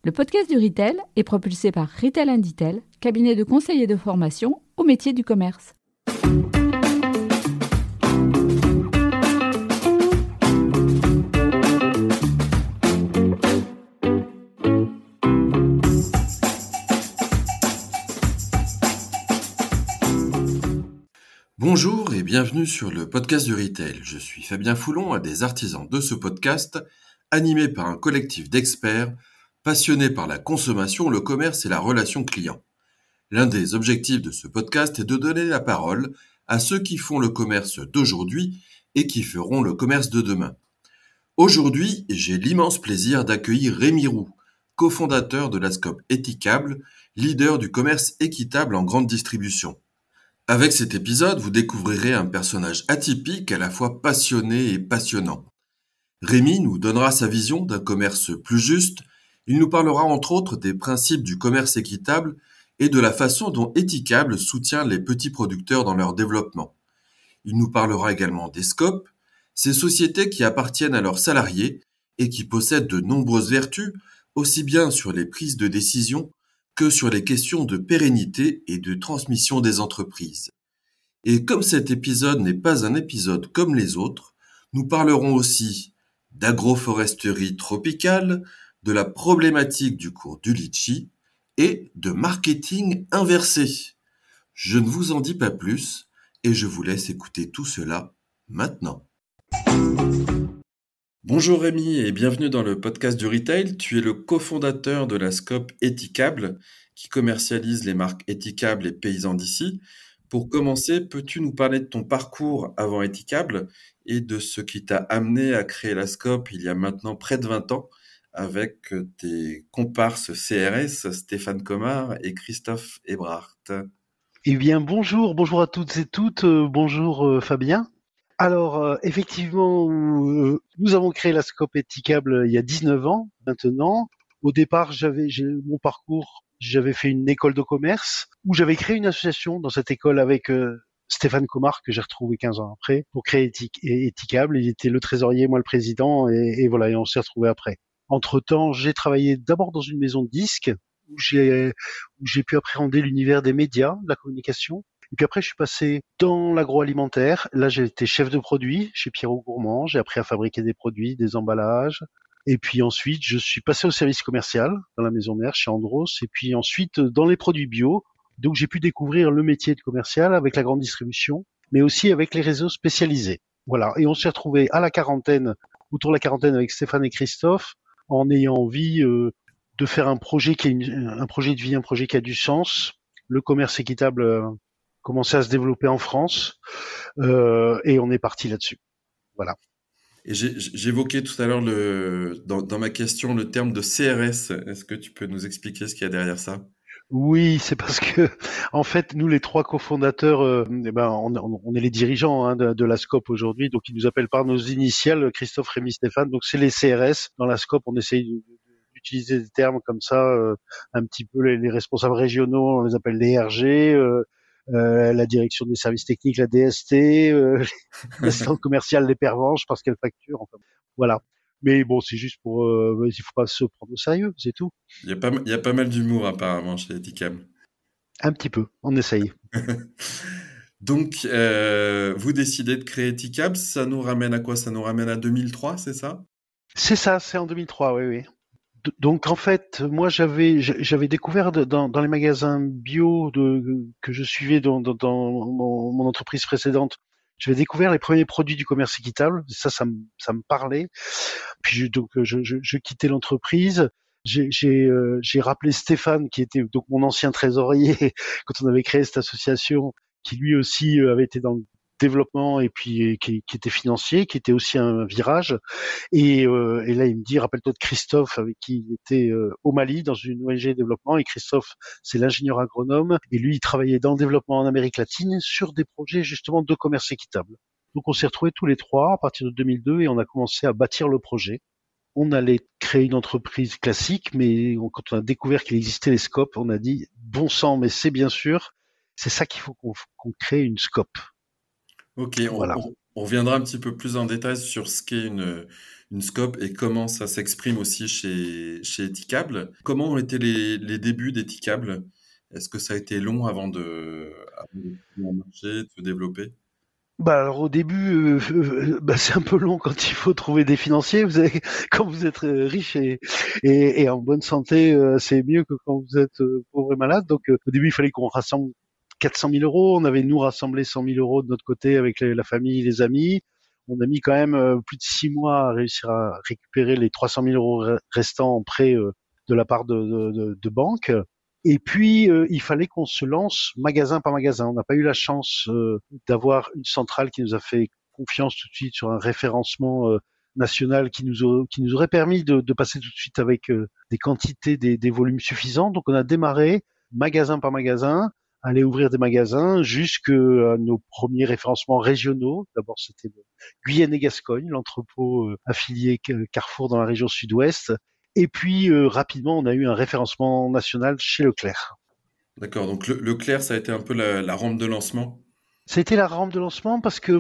Le podcast du Retail est propulsé par Retail & Detail, cabinet de conseil et de formation au métier du commerce. Bonjour et bienvenue sur le podcast du Retail. Je suis Fabien Foulon, un des artisans de ce podcast, animé par un collectif d'experts passionnés par la consommation, le commerce et la relation client. L'un des objectifs de ce podcast est de donner la parole à ceux qui font le commerce d'aujourd'hui et qui feront le commerce de demain. Aujourd'hui, j'ai l'immense plaisir d'accueillir Rémi Roux, cofondateur de la Scope Éthicable, leader du commerce équitable en grande distribution. Avec cet épisode, vous découvrirez un personnage atypique, à la fois passionné et passionnant. Rémi nous donnera sa vision d'un commerce plus juste. Il nous parlera entre autres des principes du commerce équitable et de la façon dont Éthicable soutient les petits producteurs dans leur développement. Il nous parlera également des scopes, ces sociétés qui appartiennent à leurs salariés et qui possèdent de nombreuses vertus, aussi bien sur les prises de décision que sur les questions de pérennité et de transmission des entreprises. Et comme cet épisode n'est pas un épisode comme les autres, nous parlerons aussi d'agroforesterie tropicale, de la problématique du cours du litchi et de marketing inversé. Je ne vous en dis pas plus et je vous laisse écouter tout cela maintenant. Bonjour Rémi et bienvenue dans le podcast du Retail. Tu es le cofondateur de la Scope Éthicable qui commercialise les marques Éthicable et Paysans d'ici. Pour commencer, peux-tu nous parler de ton parcours avant Éthicable et de ce qui t'a amené à créer la Scope il y a maintenant près de 20 ans avec tes comparses CRS Stéphane Comard et Christophe Ebrard. Eh bien, bonjour à toutes et toutes, bonjour Fabien. Alors, effectivement, nous avons créé la Scope Éthicable il y a 19 ans maintenant. Au départ, j'avais fait une école de commerce où j'avais créé une association dans cette école avec Stéphane Comard que j'ai retrouvé 15 ans après pour créer Éthicable. Il était le trésorier, moi le président et voilà, et on s'est retrouvés après. Entre-temps, j'ai travaillé d'abord dans une maison de disques où j'ai pu appréhender l'univers des médias, de la communication. Et puis après, je suis passé dans l'agroalimentaire. Là, j'ai été chef de produit chez Pierrot Gourmand. J'ai appris à fabriquer des produits, des emballages. Et puis ensuite, je suis passé au service commercial dans la maison mère chez Andros. Et puis ensuite, dans les produits bio. Donc, j'ai pu découvrir le métier de commercial avec la grande distribution, mais aussi avec les réseaux spécialisés. Voilà. Et on s'est retrouvés à la quarantaine, autour de la quarantaine avec Stéphane et Christophe, en ayant envie de faire un projet un projet de vie, un projet qui a du sens. Le commerce équitable commençait à se développer en France et on est parti là-dessus. Voilà. Et j'évoquais tout à l'heure dans ma question le terme de CRS. Est-ce que tu peux nous expliquer ce qu'il y a derrière ça ? Oui, c'est parce que en fait, nous les trois cofondateurs, on est les dirigeants de la Scope aujourd'hui, donc ils nous appellent par nos initiales, Christophe, Rémi, Stéphane. Donc c'est les CRS. Dans la Scope, on essaye d'utiliser des termes comme ça, un petit peu les responsables régionaux, on les appelle les RG. La direction des services techniques, la DST, l'assistante commerciale, les pervenches parce qu'elle facture. Enfin, voilà. Mais bon, c'est juste pour, il faut pas se prendre au sérieux, c'est tout. Il y a pas mal d'humour apparemment chez Éthicable. Un petit peu, on essaye. Donc, vous décidez de créer Éthicable, ça nous ramène à quoi ? Ça nous ramène à 2003, c'est ça ? C'est ça, c'est en 2003, oui. Donc en fait, moi j'avais découvert dans les magasins bio que je suivais dans mon entreprise précédente, j'avais découvert les premiers produits du commerce équitable. Ça me parlait. Puis je quittais l'entreprise. J'ai rappelé Stéphane qui était donc mon ancien trésorier quand on avait créé cette association, qui lui aussi avait été dans le développement et puis qui était financier, qui était aussi un virage. Et là, il me dit, rappelle-toi de Christophe, avec qui il était au Mali, dans une ONG de développement. Et Christophe, c'est l'ingénieur agronome. Et lui, il travaillait dans le développement en Amérique latine sur des projets justement de commerce équitable. Donc, on s'est retrouvés tous les trois à partir de 2002 et on a commencé à bâtir le projet. On allait créer une entreprise classique, mais quand on a découvert qu'il existait les scopes, on a dit, bon sang, mais c'est bien sûr, c'est ça qu'il faut qu'on crée une scope. Ok, Voilà. On reviendra un petit peu plus en détail sur ce qu'est une scope et comment ça s'exprime aussi chez Etikable. Comment ont été les débuts d'Etikable? Est-ce que ça a été long avant de trouver un marché, de se développer? Bah alors au début, bah, c'est un peu long quand il faut trouver des financiers. Vous avez, quand vous êtes riche et en bonne santé, c'est mieux que quand vous êtes pauvre et malade. Donc au début, il fallait qu'on rassemble 400 000 euros. On avait nous rassemblé 100 000 euros de notre côté avec la famille, les amis. On a mis quand même plus de 6 mois à réussir à récupérer les 300 000 euros restants en prêt de la part de banques. Et puis, il fallait qu'on se lance magasin par magasin. On n'a pas eu la chance d'avoir une centrale qui nous a fait confiance tout de suite sur un référencement national qui nous aurait permis de passer tout de suite avec des quantités, des volumes suffisants. Donc, on a démarré magasin par magasin, aller ouvrir des magasins jusqu'à nos premiers référencements régionaux. D'abord, c'était Guyane et Gascogne, l'entrepôt affilié Carrefour dans la région sud-ouest. Et puis rapidement, on a eu un référencement national chez Leclerc. D'accord, donc Leclerc, ça a été un peu la rampe de lancement. Ça a été la rampe de lancement parce que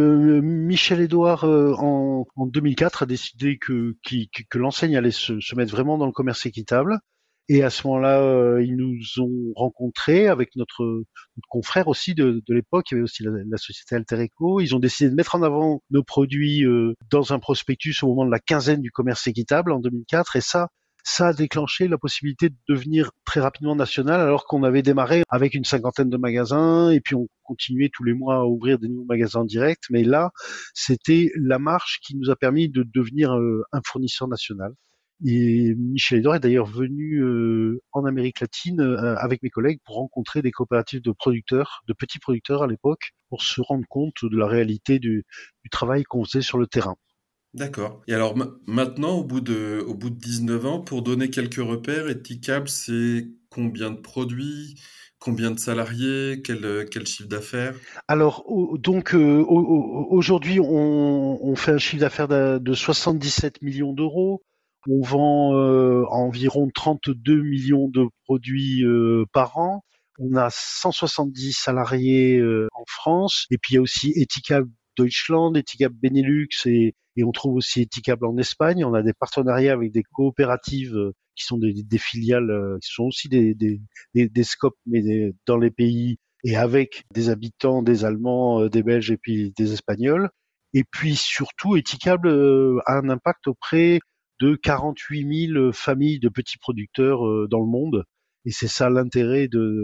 Michel Édouard, en 2004, a décidé que l'enseigne allait se mettre vraiment dans le commerce équitable. Et à ce moment-là, ils nous ont rencontrés avec notre confrère aussi de l'époque. Il y avait aussi la société Alter Eco. Ils ont décidé de mettre en avant nos produits dans un prospectus au moment de la quinzaine du commerce équitable en 2004. Et ça a déclenché la possibilité de devenir très rapidement national, alors qu'on avait démarré avec une cinquantaine de magasins et puis on continuait tous les mois à ouvrir des nouveaux magasins directs. Mais là, c'était la marche qui nous a permis de devenir un fournisseur national. Et Michel Edouard est d'ailleurs venu en Amérique latine avec mes collègues pour rencontrer des coopératives de producteurs, de petits producteurs à l'époque, pour se rendre compte de la réalité du travail qu'on faisait sur le terrain. D'accord. Et alors maintenant, au bout de 19 ans, pour donner quelques repères, Etikable, c'est combien de produits, combien de salariés, quel chiffre d'affaires? Alors donc aujourd'hui on fait un chiffre d'affaires de 77 millions d'euros. On vend environ 32 millions de produits par an. On a 170 salariés en France. Et puis il y a aussi Etikab Deutschland, Etikab Benelux et on trouve aussi Etikab en Espagne. On a des partenariats avec des coopératives qui sont des filiales, qui sont aussi des scopes, mais dans les pays et avec des habitants, des Allemands, des Belges et puis des Espagnols. Et puis surtout, Etikable a un impact auprès de 48 000 familles de petits producteurs dans le monde. Et c'est ça l'intérêt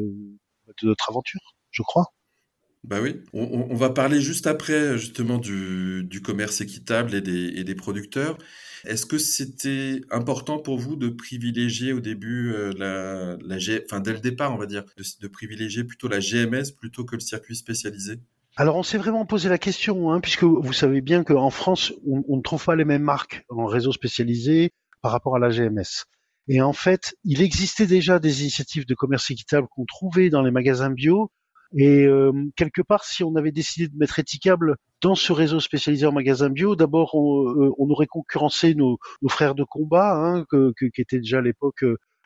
de notre aventure, je crois. Bah oui, on va parler juste après justement du commerce équitable et des producteurs. Est-ce que c'était important pour vous de privilégier au début enfin dès le départ, on va dire, de privilégier plutôt la GMS plutôt que le circuit spécialisé? Alors on s'est vraiment posé la question, hein, puisque vous savez bien qu'en France, on ne trouve pas les mêmes marques en réseau spécialisé par rapport à la GMS. Et en fait, il existait déjà des initiatives de commerce équitable qu'on trouvait dans les magasins bio. Et quelque part, si on avait décidé de mettre Etikable dans ce réseau spécialisé en magasins bio, d'abord on aurait concurrencé nos frères de combat, hein, qui étaient déjà à l'époque.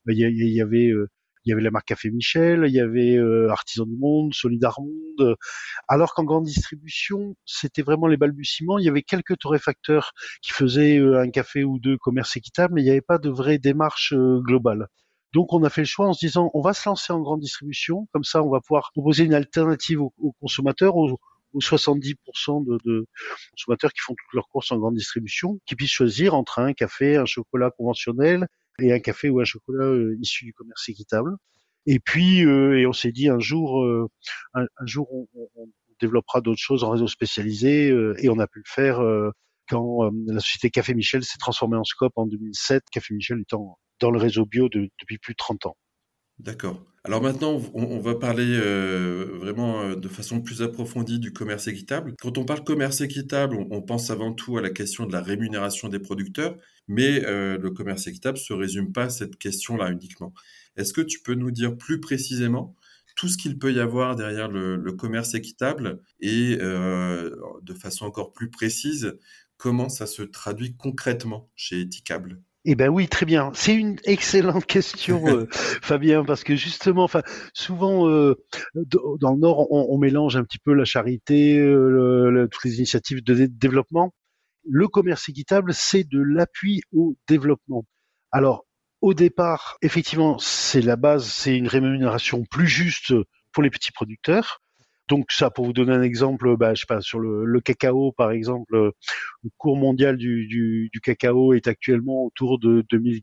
Il y avait la marque Café Michel, il y avait Artisan du Monde, Solidar Monde. Alors qu'en grande distribution, c'était vraiment les balbutiements. Il y avait quelques torréfacteurs qui faisaient un café ou deux commerce équitable, mais il n'y avait pas de vraie démarche globale. Donc on a fait le choix en se disant on va se lancer en grande distribution, comme ça on va pouvoir proposer une alternative aux consommateurs, aux 70% de consommateurs qui font toutes leurs courses en grande distribution, qui puissent choisir entre un café, un chocolat conventionnel et un café ou un chocolat issu du commerce équitable. Et puis, et on s'est dit un jour on développera d'autres choses en réseau spécialisé, et on a pu le faire quand la société Café Michel s'est transformée en Scope en 2007. Café Michel étant dans le réseau bio depuis plus de 30 ans. D'accord. Alors maintenant, on va parler vraiment de façon plus approfondie du commerce équitable. Quand on parle commerce équitable, on pense avant tout à la question de la rémunération des producteurs, mais le commerce équitable se résume pas à cette question-là uniquement. Est-ce que tu peux nous dire plus précisément tout ce qu'il peut y avoir derrière le commerce équitable et de façon encore plus précise, comment ça se traduit concrètement chez Etikable? Eh ben oui, très bien. C'est une excellente question, Fabien, parce que justement, souvent dans le Nord, on mélange un petit peu la charité, toutes les initiatives de développement. Le commerce équitable, c'est de l'appui au développement. Alors, au départ, effectivement, c'est la base, c'est une rémunération plus juste pour les petits producteurs. Donc ça, pour vous donner un exemple, je sais pas, sur le cacao, par exemple, le cours mondial du cacao est actuellement autour de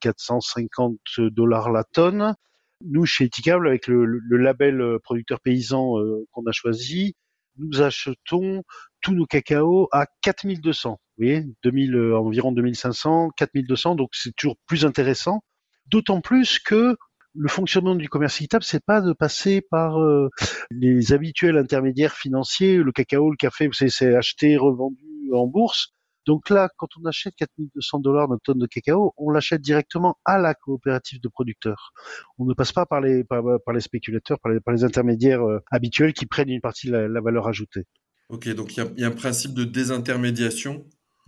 2450 $ la tonne. Nous, chez Etikable, avec le label producteur paysan qu'on a choisi, nous achetons tous nos cacaos à 4200. Vous voyez, environ 2500, 4200, donc c'est toujours plus intéressant. D'autant plus que le fonctionnement du commerce équitable, c'est pas de passer par les habituels intermédiaires financiers. Le cacao, le café, c'est acheté, revendu en bourse. Donc là, quand on achète 4200 $ notre tonne de cacao, on l'achète directement à la coopérative de producteurs. On ne passe pas par les spéculateurs, par les intermédiaires habituels qui prennent une partie de la valeur ajoutée. Ok, donc il y a un principe de désintermédiation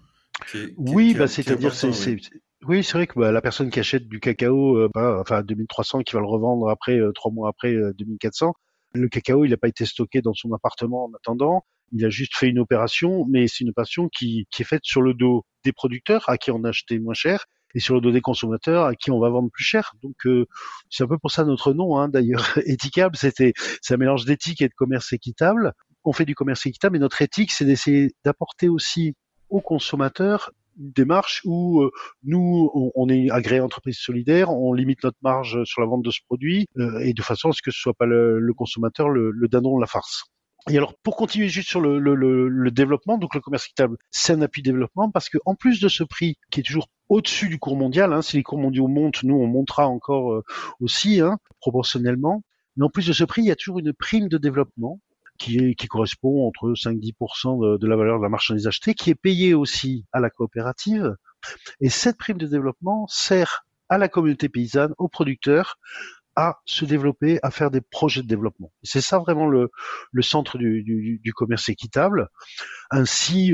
Oui, qui est c'est-à-dire important, oui. oui, c'est vrai que la personne qui achète du cacao, enfin 2300, qui va le revendre après 3 mois après 2400, le cacao, il n'a pas été stocké dans son appartement en attendant. Il a juste fait une opération, mais c'est une opération qui est faite sur le dos des producteurs à qui on a acheté moins cher et sur le dos des consommateurs à qui on va vendre plus cher. Donc c'est un peu pour ça notre nom, hein, d'ailleurs. Etikable, c'est un mélange d'éthique et de commerce équitable. On fait du commerce équitable, mais notre éthique, c'est d'essayer d'apporter aussi aux consommateurs une démarche où nous, on est agréé entreprise solidaire, on limite notre marge sur la vente de ce produit et de façon à ce que ce soit pas le consommateur le dindon de la farce. Et alors, pour continuer juste sur le développement, donc le commerce équitable, c'est un appui développement parce que en plus de ce prix qui est toujours au-dessus du cours mondial, hein, si les cours mondiaux montent, nous on montera encore aussi, hein, proportionnellement. Mais en plus de ce prix, il y a toujours une prime de développement qui correspond entre 5-10% de la valeur de la marchandise achetée, qui est payée aussi à la coopérative. Et cette prime de développement sert à la communauté paysanne, aux producteurs, à se développer, à faire des projets de développement. C'est ça vraiment le centre du commerce équitable. Ainsi,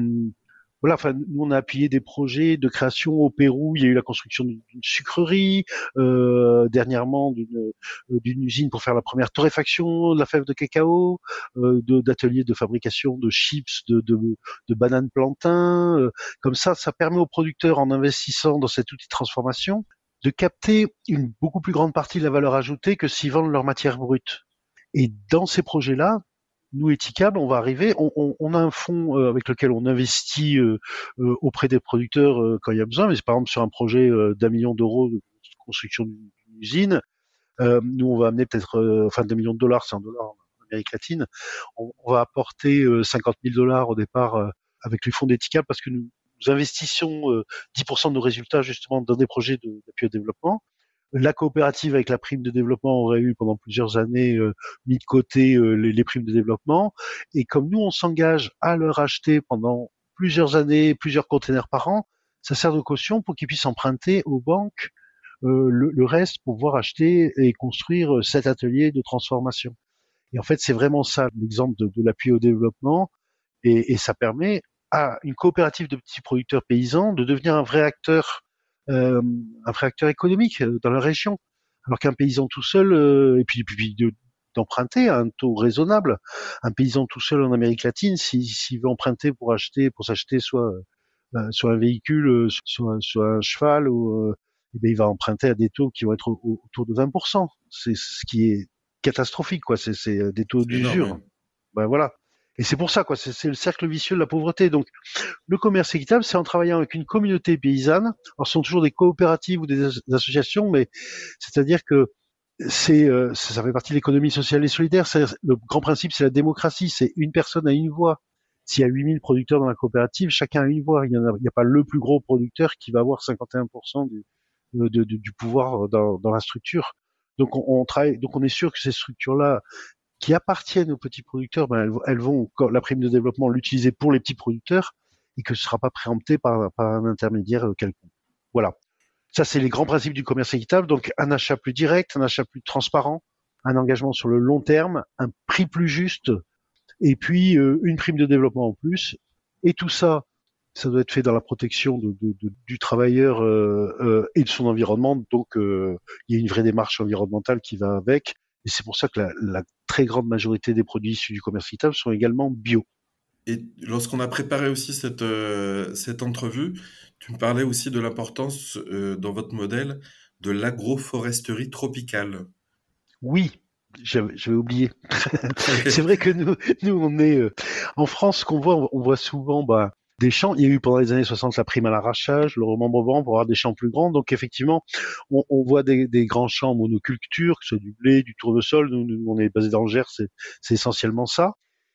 voilà, enfin, nous on a appuyé des projets de création au Pérou. Il y a eu la construction d'une sucrerie, dernièrement d'une usine pour faire la première torréfaction de la fève de cacao, d'ateliers de fabrication de chips, de bananes plantains. Comme ça permet aux producteurs, en investissant dans cet outil de transformation, de capter une beaucoup plus grande partie de la valeur ajoutée que s'ils vendent leur matière brute. Et dans ces projets-là, nous, Etikable, on va arriver, on a un fonds avec lequel on investit auprès des producteurs quand il y a besoin, mais c'est par exemple sur un projet d'1 million d'euros de construction d'une usine, nous on va amener peut-être, enfin d'1 million de dollars, c'est en dollars en Amérique latine, on va apporter 50 000 $ au départ avec les fonds d'Etikable parce que nous investissons 10% de nos résultats justement dans des projets d'appui au développement. La coopérative avec la prime de développement aurait eu pendant plusieurs années mis de côté les primes de développement. Et comme nous, on s'engage à leur acheter pendant plusieurs années, plusieurs containers par an, ça sert de caution pour qu'ils puissent emprunter aux banques le reste pour pouvoir acheter et construire cet atelier de transformation. Et en fait, c'est vraiment ça l'exemple de l'appui au développement. Et ça permet à une coopérative de petits producteurs paysans de devenir un vrai acteur économique dans la région. Alors qu'un paysan tout seul, et puis d'emprunter à un taux raisonnable, un paysan tout seul en Amérique latine, s'il veut emprunter pour s'acheter soit un véhicule, soit un cheval, ou eh bien, il va emprunter à des taux qui vont être autour de 20%. C'est ce qui est catastrophique, quoi. C'est des taux C'est énorme, d'usure. oui. Ben voilà. Et c'est pour ça, quoi. C'est le cercle vicieux de la pauvreté. Donc, le commerce équitable, c'est en travaillant avec une communauté paysanne. Alors, ce sont toujours des coopératives ou des associations, mais c'est-à-dire que ça fait partie de l'économie sociale et solidaire. Le grand principe, c'est la démocratie. C'est une personne à une voix. S'il y a 8000 producteurs dans la coopérative, chacun a une voix. Il n'y a pas le plus gros producteur qui va avoir 51% du pouvoir dans la structure. Donc, on travaille, donc on est sûr que ces structures-là, qui appartiennent aux petits producteurs, elles vont, la prime de développement, l'utiliser pour les petits producteurs et que ce ne sera pas préempté par un intermédiaire quelconque. Voilà. Ça, c'est les grands principes du commerce équitable. Donc, un achat plus direct, un achat plus transparent, un engagement sur le long terme, un prix plus juste, et puis une prime de développement en plus. Et tout ça, ça doit être fait dans la protection du travailleur et de son environnement. Donc, il y a une vraie démarche environnementale qui va avec. Et c'est pour ça que la très grande majorité des produits issus du commerce équitable sont également bio. Et lorsqu'on a préparé aussi cette entrevue, tu me parlais aussi de l'importance dans votre modèle de l'agroforesterie tropicale. Oui, j'avais oublié. C'est vrai que nous on est en France, on voit souvent des champs. Il y a eu pendant les années 60 la prime à l'arrachage, le remembrement pour avoir des champs plus grands. Donc effectivement, on voit des grands champs monoculture, que ce soit du blé, du tournesol. Nous on est basé dans le Gers, c'est essentiellement ça.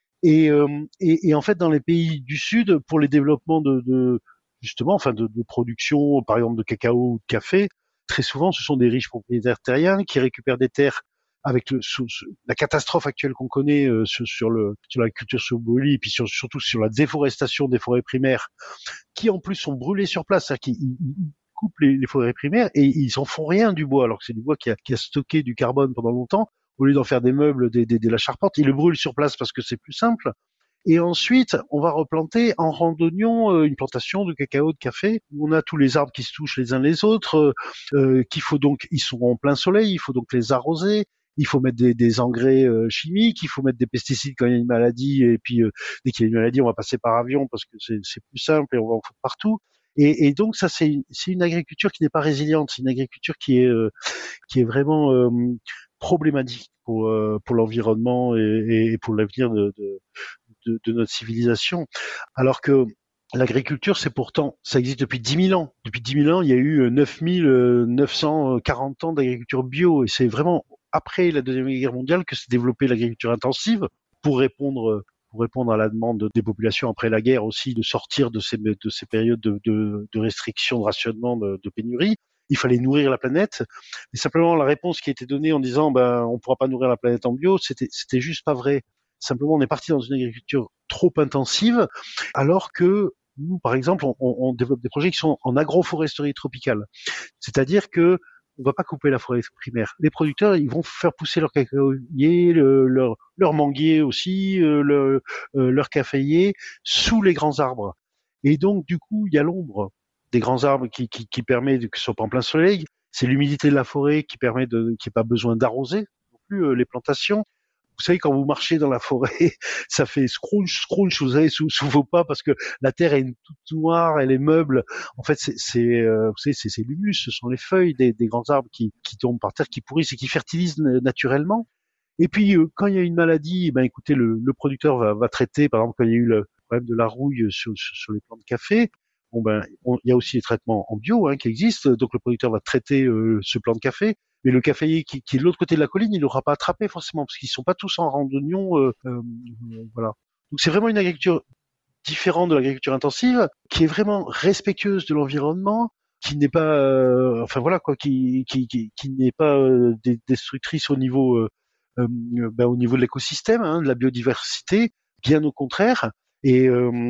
Et en fait, dans les pays du Sud, pour les développements justement, enfin de production, par exemple de cacao ou de café, très souvent, ce sont des riches propriétaires terriens qui récupèrent des terres avec la catastrophe actuelle qu'on connaît sur la culture sur brûlis et puis surtout sur la déforestation des forêts primaires, qui en plus sont brûlées sur place, c'est-à-dire qu'ils coupent les forêts primaires et ils en font rien du bois, alors que c'est du bois qui a stocké du carbone pendant longtemps. Au lieu d'en faire des meubles, de la charpente, ils le brûlent sur place parce que c'est plus simple. Et ensuite, on va replanter en rang d'oignon une plantation de cacao, de café, où on a tous les arbres qui se touchent les uns les autres, ils sont en plein soleil, il faut donc les arroser, il faut mettre des engrais chimiques, il faut mettre des pesticides quand il y a une maladie, et puis dès qu'il y a une maladie, on va passer par avion parce que c'est plus simple et on va en foutre partout. Et donc ça, c'est une agriculture qui n'est pas résiliente, c'est une agriculture qui est vraiment problématique pour l'environnement et pour l'avenir de notre civilisation. Alors que l'agriculture, ça existe depuis 10 000 ans. Depuis 10 000 ans, il y a eu 9 940 ans d'agriculture bio. Et c'est vraiment après la Deuxième Guerre mondiale que s'est développée l'agriculture intensive pour répondre à la demande des populations après la guerre aussi, de sortir de ces périodes de restrictions, de rationnement, de pénurie. Il fallait nourrir la planète. Et simplement, la réponse qui a été donnée en disant, on pourra pas nourrir la planète en bio, c'était juste pas vrai. Simplement, on est parti dans une agriculture trop intensive, alors que nous, par exemple, on développe des projets qui sont en agroforesterie tropicale. C'est-à-dire que on va pas couper la forêt primaire. Les producteurs, ils vont faire pousser leur cacaoyer, leur manguier aussi, leur caféier sous les grands arbres. Et donc, du coup, il y a l'ombre des grands arbres qui permet que ce soit pas en plein soleil. C'est l'humidité de la forêt qui permet qu'il n'y ait pas besoin d'arroser non plus les plantations. Vous savez, quand vous marchez dans la forêt, ça fait scrunch, vous avez sous vos pas parce que la terre est toute noire, elle est meuble. En fait, vous savez, c'est l'humus, ce sont les feuilles des grands arbres qui tombent par terre, qui pourrissent et qui fertilisent naturellement. Et puis, quand il y a une maladie, écoutez, le producteur va traiter, par exemple, quand il y a eu le problème de la rouille sur les plants de café, il y a aussi des traitements en bio qui existent, donc le producteur va traiter ce plant de café. Mais le caféier qui est de l'autre côté de la colline, il l'aura pas attrapé forcément, parce qu'ils sont pas tous en rang d'oignon. Voilà. Donc c'est vraiment une agriculture différente de l'agriculture intensive, qui est vraiment respectueuse de l'environnement, qui n'est pas, qui n'est pas destructrice au niveau de l'écosystème, de la biodiversité, bien au contraire. Et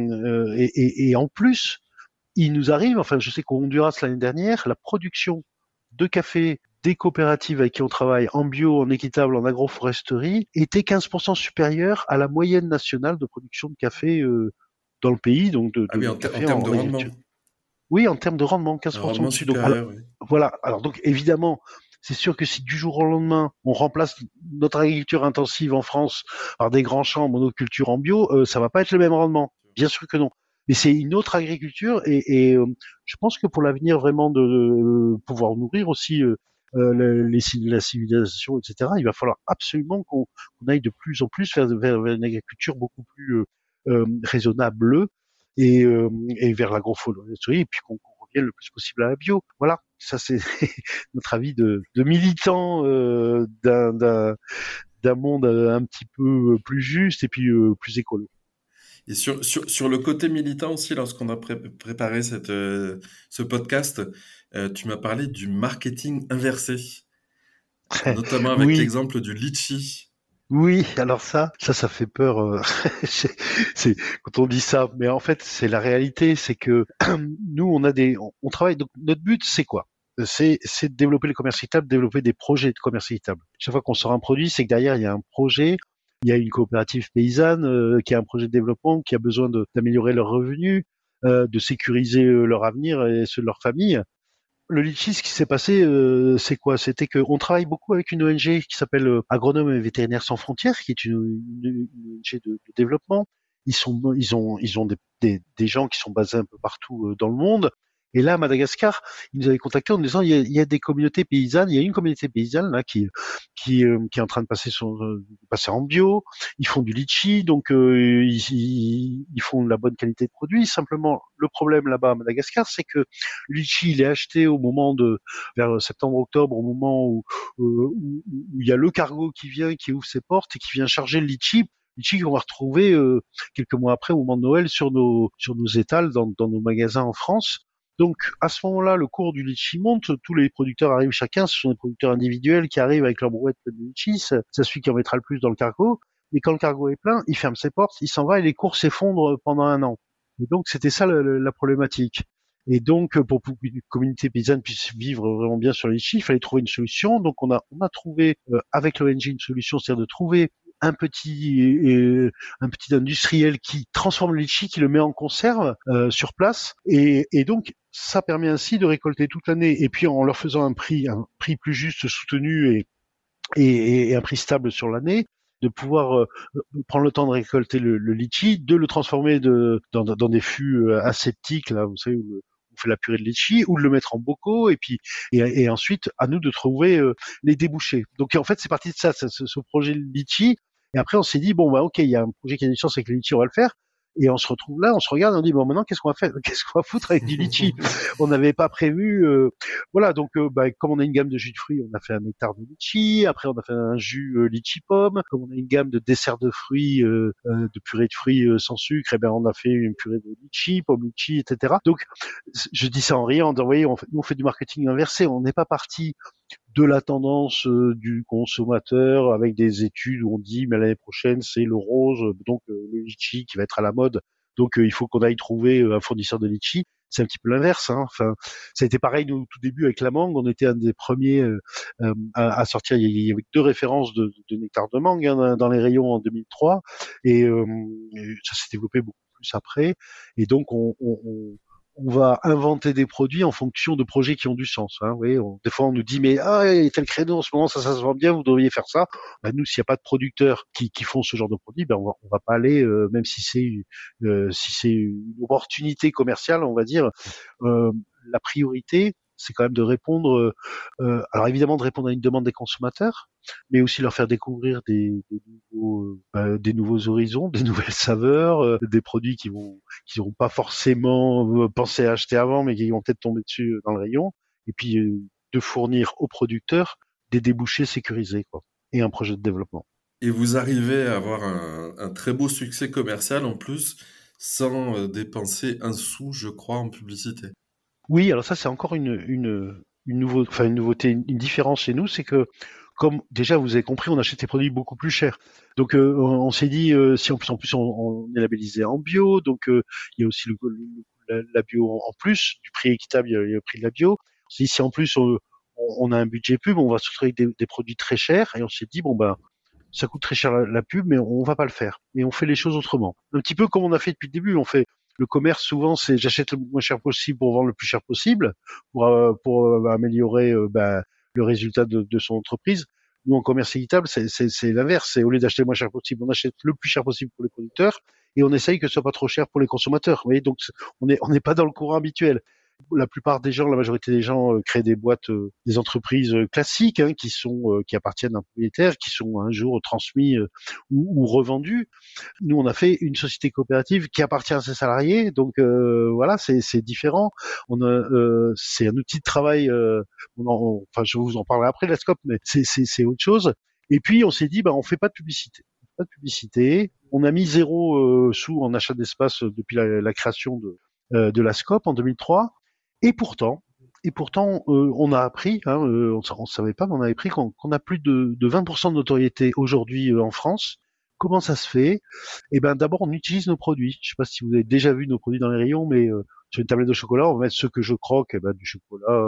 en plus, il nous arrive, je sais qu'au Honduras l'année dernière, la production de café des coopératives avec qui on travaille en bio, en équitable, en agroforesterie, était 15% supérieure à la moyenne nationale de production de café dans le pays. Donc en termes de rendement. Oui, en termes de rendement, 15% rendement dessus. Supérieur, oui. Voilà. Alors donc évidemment, c'est sûr que si du jour au lendemain, on remplace notre agriculture intensive en France par des grands champs monoculture en bio, ça va pas être le même rendement. Bien sûr que non. Mais c'est une autre agriculture et je pense que pour l'avenir vraiment de pouvoir nourrir aussi la civilisation, etc., il va falloir absolument qu'on aille de plus en plus vers une agriculture beaucoup plus raisonnable et vers l'agroforesterie et puis qu'on revienne le plus possible à la bio. Voilà, ça c'est notre avis de militant d'un monde un petit peu plus juste et puis plus écolo. Et sur le côté militant aussi, lorsqu'on a préparé ce podcast, tu m'as parlé du marketing inversé, notamment avec l'exemple du litchi. Oui, alors ça fait peur. C'est quand on dit ça, mais en fait c'est la réalité, c'est que nous on travaille. Donc notre but c'est quoi ? C'est de développer le commerce équitable, développer des projets de commerce équitable. Chaque fois qu'on sort un produit, c'est que derrière il y a un projet. Il y a une coopérative paysanne qui a un projet de développement, qui a besoin d'améliorer leurs revenus. de sécuriser leur avenir et ceux de leur famille. Le litchi, ce qui s'est passé, c'est quoi? C'était qu'on travaille beaucoup avec une ONG qui s'appelle Agronomes et Vétérinaires sans frontières, qui est une ONG de développement. Ils ont des gens qui sont basés un peu partout dans le monde. Et là, à Madagascar, ils nous avaient contactés en nous disant il y a des communautés paysannes, il y a une communauté paysanne là qui est en train de passer en bio. Ils font du litchi, donc ils font de la bonne qualité de produit. Simplement, le problème là-bas à Madagascar, c'est que le litchi, il est acheté vers septembre-octobre, au moment où il y a le cargo qui vient, qui ouvre ses portes et qui vient charger le litchi qu'on va retrouver quelques mois après, au moment de Noël, sur nos étals dans nos magasins en France. Donc, à ce moment-là, le cours du litchi monte, tous les producteurs arrivent chacun, ce sont des producteurs individuels qui arrivent avec leur brouette de litchi, c'est celui qui en mettra le plus dans le cargo, mais quand le cargo est plein, il ferme ses portes, il s'en va et les cours s'effondrent pendant un an. Et donc, c'était ça la problématique. Et donc, pour qu'une communauté paysanne puisse vivre vraiment bien sur le litchi, il fallait trouver une solution. Donc, on a trouvé, avec l'ONG, une solution, c'est-à-dire de trouver un petit industriel qui transforme le litchi, qui le met en conserve sur place, et donc ça permet ainsi de récolter toute l'année, et puis en leur faisant un prix plus juste, soutenu et un prix stable sur l'année, de pouvoir prendre le temps de récolter le litchi, de le transformer dans des fûts aseptiques, là, vous savez, où on fait la purée de litchi, ou de le mettre en bocaux, et ensuite à nous de trouver les débouchés. Donc en fait c'est parti de ça, ce projet litchi. Et après, on s'est dit, bon, bah, ok, il y a un projet qui a du sens avec le litchi, on va le faire. Et on se retrouve là, on se regarde, et on dit, bon, maintenant, qu'est-ce qu'on va faire? Qu'est-ce qu'on va foutre avec du litchi? On n'avait pas prévu, voilà. Donc, comme on a une gamme de jus de fruits, on a fait un nectar de litchi. Après, on a fait un jus litchi pomme. Comme on a une gamme de desserts de fruits, de purée de fruits sans sucre, et ben, on a fait une purée de litchi, pomme litchi, etc. Donc, je dis ça en riant, en disant, vous voyez, on fait du marketing inversé. On n'est pas parti de la tendance du consommateur avec des études où on dit mais l'année prochaine c'est le rose, donc le litchi qui va être à la mode, donc il faut qu'on aille trouver un fournisseur de litchi. C'est un petit peu l'inverse, hein. Enfin, ça a été pareil nous, au tout début avec la mangue, on était un des premiers à sortir. Il y avait 2 références de nectar de mangue dans les rayons en 2003, et ça s'est développé beaucoup plus après, et donc on va inventer des produits en fonction de projets qui ont du sens. Hein. Vous voyez, des fois, on nous dit, mais tel créneau en ce moment, ça se vend bien, vous devriez faire ça. Ben, nous, s'il n'y a pas de producteurs qui font ce genre de produits, ben on va pas aller, même si c'est une opportunité commerciale, on va dire. La priorité, c'est quand même de répondre, alors évidemment de répondre à une demande des consommateurs, mais aussi leur faire découvrir des nouveaux horizons, des nouvelles saveurs, des produits qui n'auront pas forcément pensé à acheter avant, mais qui vont peut-être tomber dessus dans le rayon, et puis de fournir aux producteurs des débouchés sécurisés, quoi, et un projet de développement. Et vous arrivez à avoir un très beau succès commercial en plus, sans dépenser un sou, je crois, en publicité. Oui, alors ça c'est encore une nouveauté, une différence chez nous, c'est que comme déjà vous avez compris, on achète des produits beaucoup plus chers. Donc on s'est dit si en plus on est labellisé en bio, donc il y a aussi la bio en plus du prix équitable, il y a le prix de la bio. Si en plus on a un budget pub, on va se retrouver avec des produits très chers, et on s'est dit bon ben ça coûte très cher la pub, mais on va pas le faire. Et on fait les choses autrement. Un petit peu comme on a fait depuis le début. On fait le commerce souvent, c'est j'achète le moins cher possible pour vendre le plus cher possible, pour améliorer le résultat de son entreprise. Nous, en commerce équitable, c'est l'inverse. C'est au lieu d'acheter le moins cher possible, on achète le plus cher possible pour les producteurs et on essaye que ce soit pas trop cher pour les consommateurs. Vous voyez, donc on n'est pas dans le courant habituel. La plupart des gens, la majorité des gens créent des boîtes, des entreprises classiques, hein, qui appartiennent à un propriétaire, qui sont un jour transmis ou revendus. Nous, on a fait une société coopérative qui appartient à ses salariés, donc voilà, c'est différent. C'est un outil de travail. Enfin, je vous en parlerai après, la scope, mais c'est autre chose. Et puis, on s'est dit, on fait pas de publicité. Pas de publicité. On a mis 0 sous en achat d'espace depuis la création de la SCOP en 2003. Et pourtant, on a appris, on ne savait pas, mais on a appris qu'on a plus de 20% de notoriété aujourd'hui en France. Comment ça se fait? Eh ben, d'abord, on utilise nos produits. Je ne sais pas si vous avez déjà vu nos produits dans les rayons, mais sur une tablette de chocolat, on va mettre ceux que je croque, du chocolat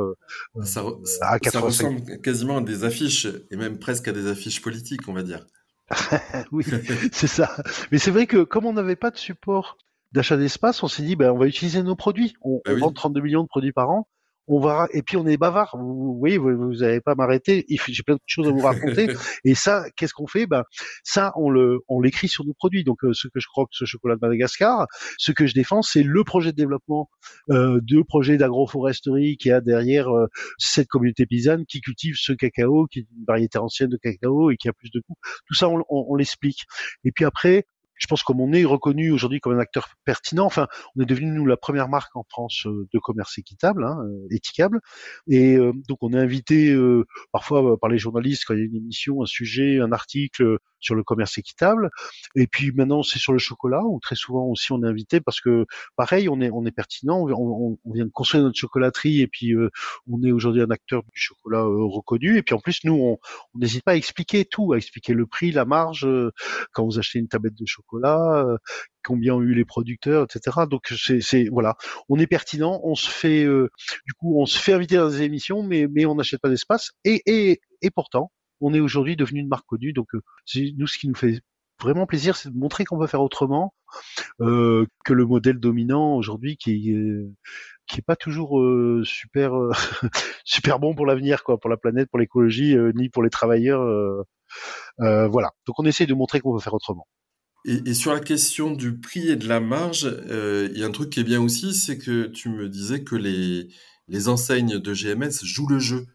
à 85. Ça ressemble quasiment à des affiches, et même presque à des affiches politiques, on va dire. Oui, c'est ça. Mais c'est vrai que comme on n'avait pas de support d'achat d'espace, on s'est dit, on va utiliser nos produits. Bah On oui. vend 32 millions de produits par an. Et puis on est bavard. Vous voyez, vous avez pas m'arrêter. J'ai plein de choses à vous raconter. Et ça, qu'est-ce qu'on fait? Ça, on l'écrit sur nos produits. Donc, ce que je croque, ce chocolat de Madagascar, ce que je défends, c'est le projet de développement de projet d'agroforesterie qui a derrière cette communauté paysanne qui cultive ce cacao, qui est une variété ancienne de cacao et qui a plus de goût. Tout ça, on l'explique. Et puis après, je pense comme on est reconnu aujourd'hui comme un acteur pertinent, enfin, on est devenu nous la première marque en France de commerce équitable, éthicable, et donc on est invité parfois par les journalistes quand il y a une émission, un sujet, un article sur le commerce équitable, et puis maintenant c'est sur le chocolat où très souvent aussi on est invité parce que pareil on est pertinent, on vient de construire notre chocolaterie et puis on est aujourd'hui un acteur du chocolat reconnu, et puis en plus nous on n'hésite pas à expliquer tout, à expliquer le prix, la marge. Quand vous achetez une tablette de chocolat, combien ont eu les producteurs, etc. Donc c'est voilà, on est pertinent, on se fait du coup on se fait inviter dans des émissions, mais on n'achète pas d'espace et pourtant on est aujourd'hui devenu une marque connue. Donc c'est nous ce qui nous fait vraiment plaisir, c'est de montrer qu'on peut faire autrement que le modèle dominant aujourd'hui qui est pas toujours super super bon pour l'avenir, quoi, pour la planète, pour l'écologie, ni pour les travailleurs. Voilà. Donc on essaie de montrer qu'on peut faire autrement. Et sur la question du prix et de la marge, il y a un truc qui est bien aussi, c'est que tu me disais que les enseignes de GMS jouent le jeu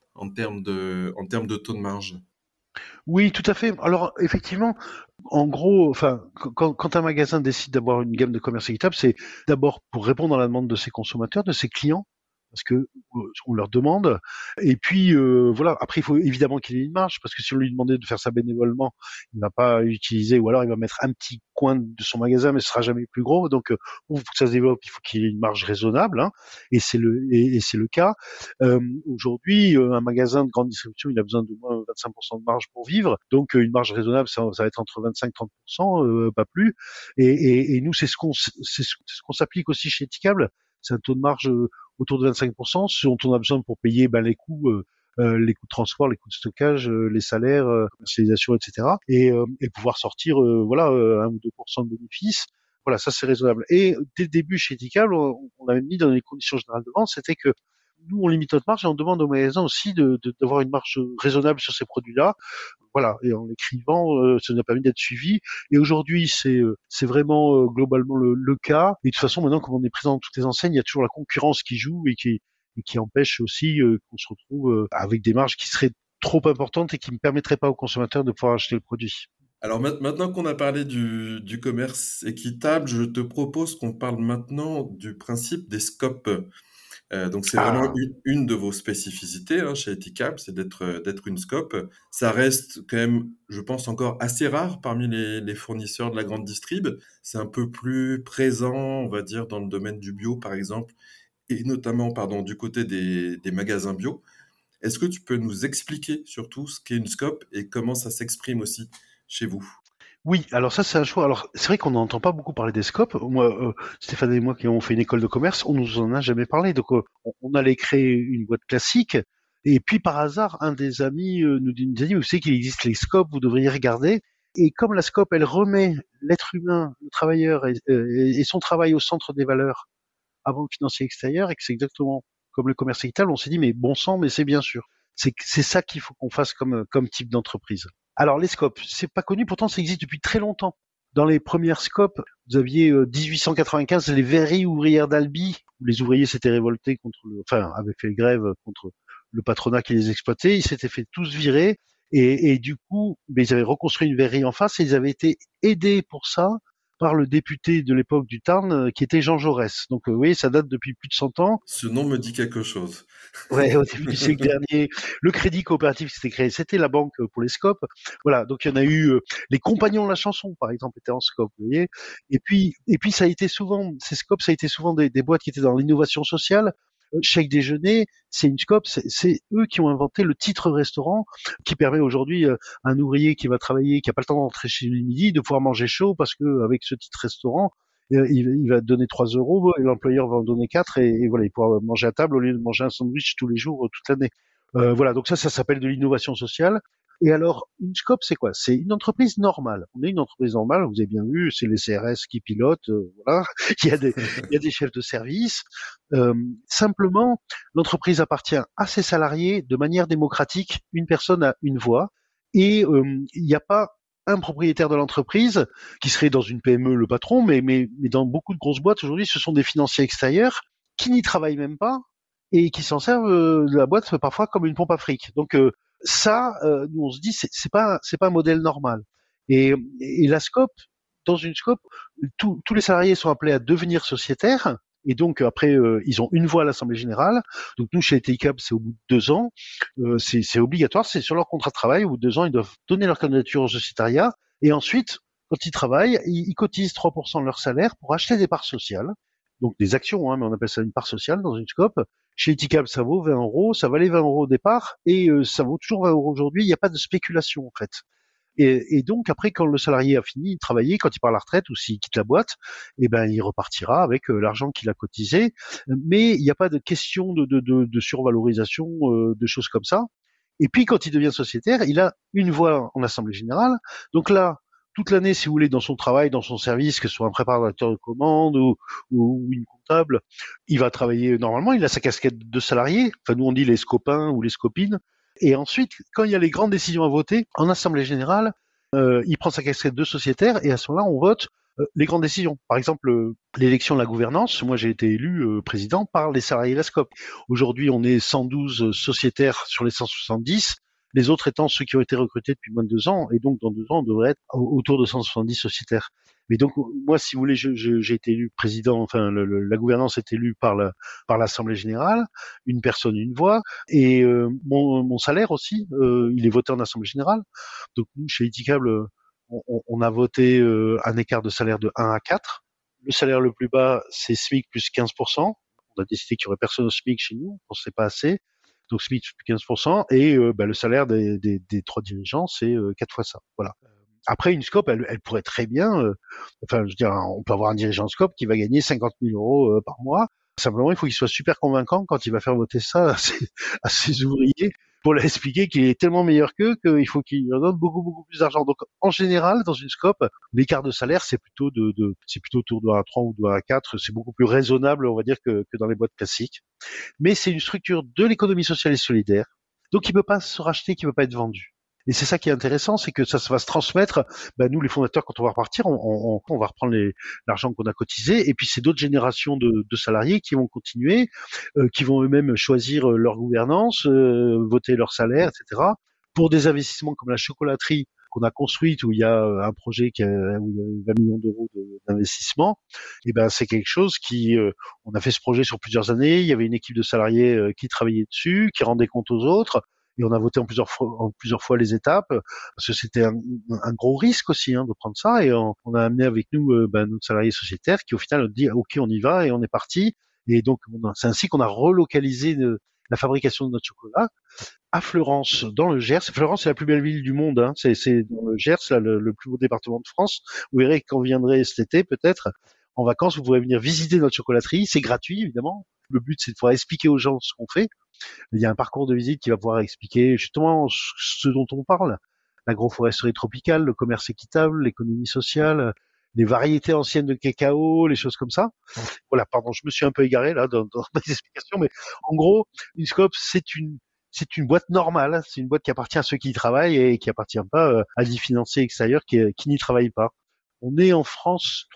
en termes de taux de marge. Oui, tout à fait. Alors effectivement, en gros, enfin, quand un magasin décide d'avoir une gamme de commerce équitable, c'est d'abord pour répondre à la demande de ses consommateurs, de ses clients, parce que on leur demande. Et puis voilà. Après, il faut évidemment qu'il ait une marge, parce que si on lui demandait de faire ça bénévolement, il va pas utiliser, ou alors il va mettre un petit coin de son magasin, mais ce sera jamais plus gros. Donc, pour que ça se développe, il faut qu'il ait une marge raisonnable, et c'est le cas. Aujourd'hui, un magasin de grande distribution, il a besoin de moins 25% de marge pour vivre. Donc, une marge raisonnable, ça va être entre 25-30%, pas plus. Et nous, c'est ce qu'on s'applique aussi chez Eticable. C'est un taux de marge autour de 25%, ce dont on a besoin pour payer les coûts de transport, les coûts de stockage, les salaires, commercialisation, etc. Et pouvoir sortir 1 ou 2% de bénéfices. Voilà, ça c'est raisonnable. Et dès le début chez Eticable, on avait mis dans les conditions générales de vente, c'était que nous on limite notre marge et on demande aux magasins aussi d'avoir une marge raisonnable sur ces produits-là. Voilà, et en l'écrivant, ça nous a permis d'être suivis. Et aujourd'hui, c'est vraiment globalement le cas. Et de toute façon, maintenant, comme on est présent dans toutes les enseignes, il y a toujours la concurrence qui joue et qui empêche aussi qu'on se retrouve avec des marges qui seraient trop importantes et qui ne permettraient pas aux consommateurs de pouvoir acheter le produit. Alors maintenant qu'on a parlé du commerce équitable, je te propose qu'on parle maintenant du principe des scopes. Donc c'est vraiment Ah, une de vos spécificités chez Eticable, c'est d'être une scope. Ça reste quand même, je pense, encore assez rare parmi les fournisseurs de la grande distrib. C'est un peu plus présent, on va dire, dans le domaine du bio, par exemple, et notamment, pardon, du côté des magasins bio. Est-ce que tu peux nous expliquer surtout ce qu'est une scope et comment ça s'exprime aussi chez vous? oui, alors ça c'est un choix. Alors c'est vrai qu'on n'entend pas beaucoup parler des scopes. Moi, Stéphane et moi qui avons fait une école de commerce, on nous en a jamais parlé. Donc on allait créer une boîte classique. Et puis par hasard, un des amis nous a dit, vous savez qu'il existe les scopes, vous devriez regarder. Et comme la scope, elle remet l'être humain, le travailleur et son travail au centre des valeurs avant le financier extérieur, et que c'est exactement comme le commerce équitable, on s'est dit mais bon sang, mais c'est bien sûr. C'est ça qu'il faut qu'on fasse comme type d'entreprise. Alors les scopes, c'est pas connu, pourtant ça existe depuis très longtemps. Dans les premières scopes, vous aviez 1895 les verreries ouvrières d'Albi, où les ouvriers s'étaient révoltés avaient fait grève contre le patronat qui les exploitait. Ils s'étaient fait tous virer et du coup, ils avaient reconstruit une verrerie en face et ils avaient été aidés pour ça par le député de l'époque du Tarn, qui était Jean Jaurès. Donc, vous voyez, ça date depuis plus de 100 ans. Ce nom me dit quelque chose. Ouais, au début du siècle dernier, le crédit coopératif qui s'était créé, c'était la banque pour les scopes. Voilà, donc il y en a eu les compagnons de la chanson, par exemple, étaient en scope, vous voyez. Et puis ça a été souvent, ces scopes, ça a été souvent des boîtes qui étaient dans l'innovation sociale. Chèque déjeuner, c'est une scope, c'est eux qui ont inventé le titre restaurant qui permet aujourd'hui à un ouvrier qui va travailler, qui a pas le temps d'entrer chez lui le midi, de pouvoir manger chaud parce que avec ce titre restaurant, il va donner 3 euros et l'employeur va en donner 4 et voilà, il pourra manger à table au lieu de manger un sandwich tous les jours toute l'année. Voilà, donc ça s'appelle de l'innovation sociale. Et alors, une SCOP, c'est quoi? C'est une entreprise normale. On est une entreprise normale, vous avez bien vu, c'est les CRS qui pilotent, voilà. Il y a des chefs de service. Simplement, l'entreprise appartient à ses salariés de manière démocratique. Une personne a une voix. Et il n'y a pas un propriétaire de l'entreprise qui serait dans une PME le patron, mais dans beaucoup de grosses boîtes aujourd'hui, ce sont des financiers extérieurs qui n'y travaillent même pas et qui s'en servent de la boîte parfois comme une pompe à fric. Donc nous on se dit c'est pas un modèle normal. Et la SCOP, dans une SCOP, tous les salariés sont appelés à devenir sociétaires. Et donc après, ils ont une voix à l'Assemblée générale. Donc nous, chez TICAP, c'est au bout de 2 ans. C'est obligatoire, c'est sur leur contrat de travail. Au bout de 2 ans, ils doivent donner leur candidature au sociétariat. Et ensuite, quand ils travaillent, ils cotisent 3% de leur salaire pour acheter des parts sociales. Donc des actions, hein, mais on appelle ça une part sociale dans une SCOP. Chez TICAP, ça vaut 20 euros. Ça valait 20 euros au départ et ça vaut toujours 20 euros aujourd'hui. Il n'y a pas de spéculation en fait. Et donc après, quand le salarié a fini de travailler, quand il part à la retraite ou s'il quitte la boîte, eh ben il repartira avec l'argent qu'il a cotisé. Mais il n'y a pas de question de survalorisation, de choses comme ça. Et puis quand il devient sociétaire, il a une voix en assemblée générale. Donc là, toute l'année, si vous voulez, dans son travail, dans son service, que ce soit un préparateur de commande ou une comptable, il va travailler normalement. Il a sa casquette de salarié. Enfin, nous on dit les scopins ou les scopines. Et ensuite, quand il y a les grandes décisions à voter, en assemblée générale, il prend sa casquette de sociétaire et à ce moment-là, on vote les grandes décisions. Par exemple, l'élection de la gouvernance. Moi, j'ai été élu président par les salariés de la SCOP. Aujourd'hui, on est 112 sociétaires sur les 170. Les autres étant ceux qui ont été recrutés depuis moins de 2 ans. Et donc, dans 2 ans, on devrait être autour de 170 sociétaires. Mais donc, moi, si vous voulez, j'ai été élu président, enfin, la gouvernance est élue par l'Assemblée générale, une personne, une voix, et mon salaire aussi, il est voté en Assemblée générale. Donc, nous, chez Iticable, on a voté un écart de salaire de 1 à 4. Le salaire le plus bas, c'est SMIC plus 15%. On a décidé qu'il n'y aurait personne au SMIC chez nous, on ne sait pas assez. Donc SMIC plus 15%, et le salaire des 3 dirigeants, c'est 4 fois ça. Voilà. Après, une SCOP, elle pourrait très bien, je veux dire, on peut avoir un dirigeant SCOP qui va gagner 50 000 euros par mois. Simplement, il faut qu'il soit super convaincant quand il va faire voter ça à ses ouvriers pour leur expliquer qu'il est tellement meilleur qu'eux qu'il faut qu'il leur donne beaucoup, beaucoup plus d'argent. Donc, en général, dans une SCOP, l'écart de salaire, c'est plutôt c'est plutôt autour de 1 à 3 ou de 1 à 4. C'est beaucoup plus raisonnable, on va dire, que dans les boîtes classiques. Mais c'est une structure de l'économie sociale et solidaire. Donc, il peut pas se racheter, qui peut pas être vendu. Et c'est ça qui est intéressant, c'est que ça va se transmettre. Nous, les fondateurs, quand on va repartir, on va reprendre l'argent qu'on a cotisé, et puis c'est d'autres générations de salariés qui vont continuer, qui vont eux-mêmes choisir leur gouvernance, voter leur salaire, etc. Pour des investissements comme la chocolaterie qu'on a construite, où il y a un projet où il y a 20 millions d'euros d'investissement, et c'est quelque chose on a fait ce projet sur plusieurs années. Il y avait une équipe de salariés qui travaillait dessus, qui rendait compte aux autres. Et on a voté en plusieurs fois les étapes, parce que c'était un gros risque aussi de prendre ça. Et on a amené avec nous notre salarié sociétaire qui au final a dit ok, on y va, et on est parti. Et donc c'est ainsi qu'on a relocalisé la fabrication de notre chocolat à Fleurance, dans le Gers. Fleurance, c'est la plus belle ville du monde. C'est dans le Gers, là, le plus beau département de France. Vous verrez quand vous viendrez cet été, peut-être en vacances, vous pourrez venir visiter notre chocolaterie. C'est gratuit, évidemment. Le but, c'est de pouvoir expliquer aux gens ce qu'on fait. Il y a un parcours de visite qui va pouvoir expliquer justement ce dont on parle. L'agroforesterie tropicale, le commerce équitable, l'économie sociale, les variétés anciennes de cacao, les choses comme ça. Voilà, pardon, je me suis un peu égaré là dans mes explications, mais en gros, une SCOP, c'est une boîte normale. C'est une boîte qui appartient à ceux qui y travaillent et qui appartient pas à des financiers extérieurs qui n'y travaillent pas. On est en France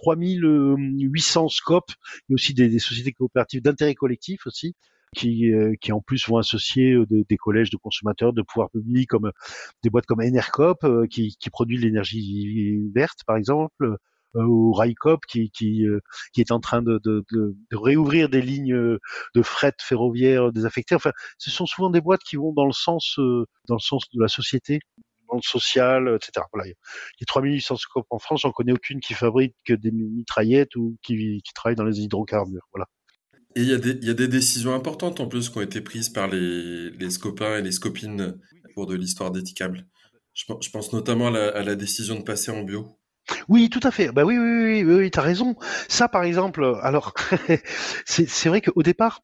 3800 SCOP. Il y a aussi des sociétés coopératives d'intérêt collectif aussi, qui en plus vont associer des collèges de consommateurs, de pouvoirs publics, comme des boîtes comme Enercop qui produit de l'énergie verte par exemple, ou Railcoop qui est en train de réouvrir des lignes de fret ferroviaire désaffectées. Enfin, ce sont souvent des boîtes qui vont dans le sens de la société, dans le social, etc. Voilà. Il y a 3800 SCOP en France, j'en connais aucune qui fabrique des mitraillettes ou qui travaille dans les hydrocarbures. Voilà. Et il y a des décisions importantes en plus qui ont été prises par les scopins et les scopines au cours de l'histoire d'Etikable. Je pense notamment à la décision de passer en bio. Oui, tout à fait. Oui, t'as raison. Ça, par exemple, alors, c'est vrai qu'au départ,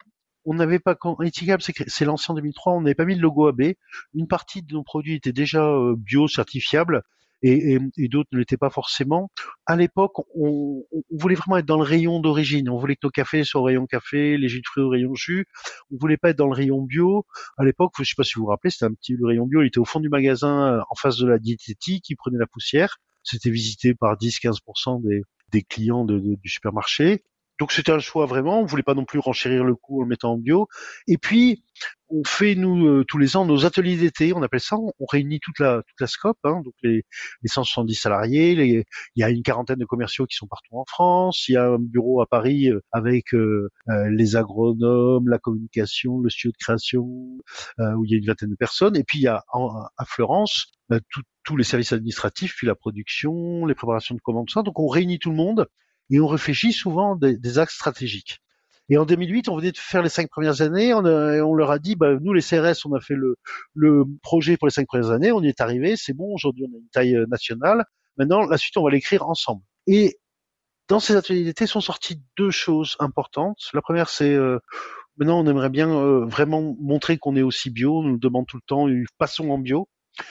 on n'avait pas, quand Etikab c'est lancé en 2003, on n'avait pas mis le logo AB. Une partie de nos produits étaient déjà bio, certifiables, et d'autres ne l'étaient pas forcément. À l'époque, on voulait vraiment être dans le rayon d'origine. On voulait que nos cafés soient au rayon café, les jus de fruits au rayon jus. On voulait pas être dans le rayon bio. À l'époque, je sais pas si vous vous rappelez, c'était le rayon bio, il était au fond du magasin, en face de la diététique, il prenait la poussière. C'était visité par 10-15% des clients du supermarché. Donc c'était un choix vraiment, on voulait pas non plus renchérir le coût en le mettant en bio. Et puis on fait nous tous les ans nos ateliers d'été, on appelle ça. On réunit toute la scope, hein, donc les 170 salariés. Il y a une quarantaine de commerciaux qui sont partout en France. Il y a un bureau à Paris avec les agronomes, la communication, le studio de création, où il y a une vingtaine de personnes. Et puis il y a à Fleurance tous les services administratifs, puis la production, les préparations de commandes, tout ça. Donc on réunit tout le monde et on réfléchit souvent des axes stratégiques. Et en 2008, on venait de faire les 5 premières années, on leur a dit, nous les CRS, on a fait le projet pour les 5 premières années, on y est arrivé, c'est bon, aujourd'hui on a une taille nationale, maintenant la suite on va l'écrire ensemble. Et dans ces ateliers d'été sont sorties 2 choses importantes. La première, c'est maintenant on aimerait bien vraiment montrer qu'on est aussi bio, on nous le demande tout le temps, passons en bio,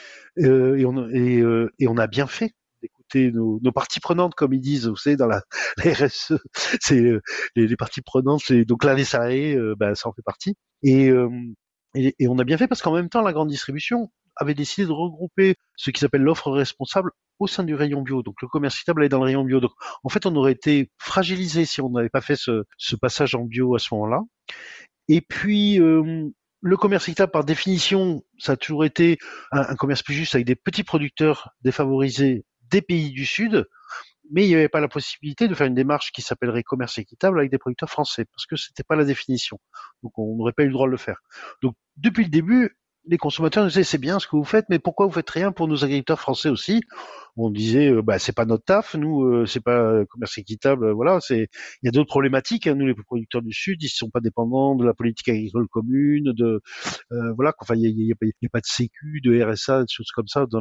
et on a bien fait d'écouter nos parties prenantes, comme ils disent, vous savez, dans la RSE, c'est les parties prenantes, donc là les salariés, ça en fait partie. Et on a bien fait parce qu'en même temps, la grande distribution avait décidé de regrouper ce qui s'appelle l'offre responsable au sein du rayon bio. Donc le commerce équitable est dans le rayon bio. Donc en fait, on aurait été fragilisé si on n'avait pas fait ce passage en bio à ce moment-là. Et puis le commerce équitable, par définition, ça a toujours été un commerce plus juste avec des petits producteurs défavorisés des pays du Sud, mais il n'y avait pas la possibilité de faire une démarche qui s'appellerait commerce équitable avec des producteurs français, parce que c'était pas la définition. Donc on n'aurait pas eu le droit de le faire. Donc depuis le début, les consommateurs nous disaient c'est bien ce que vous faites, mais pourquoi vous faites rien pour nos agriculteurs français aussi? On disait c'est pas notre taf, nous c'est pas commerce équitable, voilà, il y a d'autres problématiques, hein. Nous les producteurs du Sud, ils sont pas dépendants de la politique agricole commune, voilà, enfin il y a pas de sécu, de RSA, des choses comme ça dans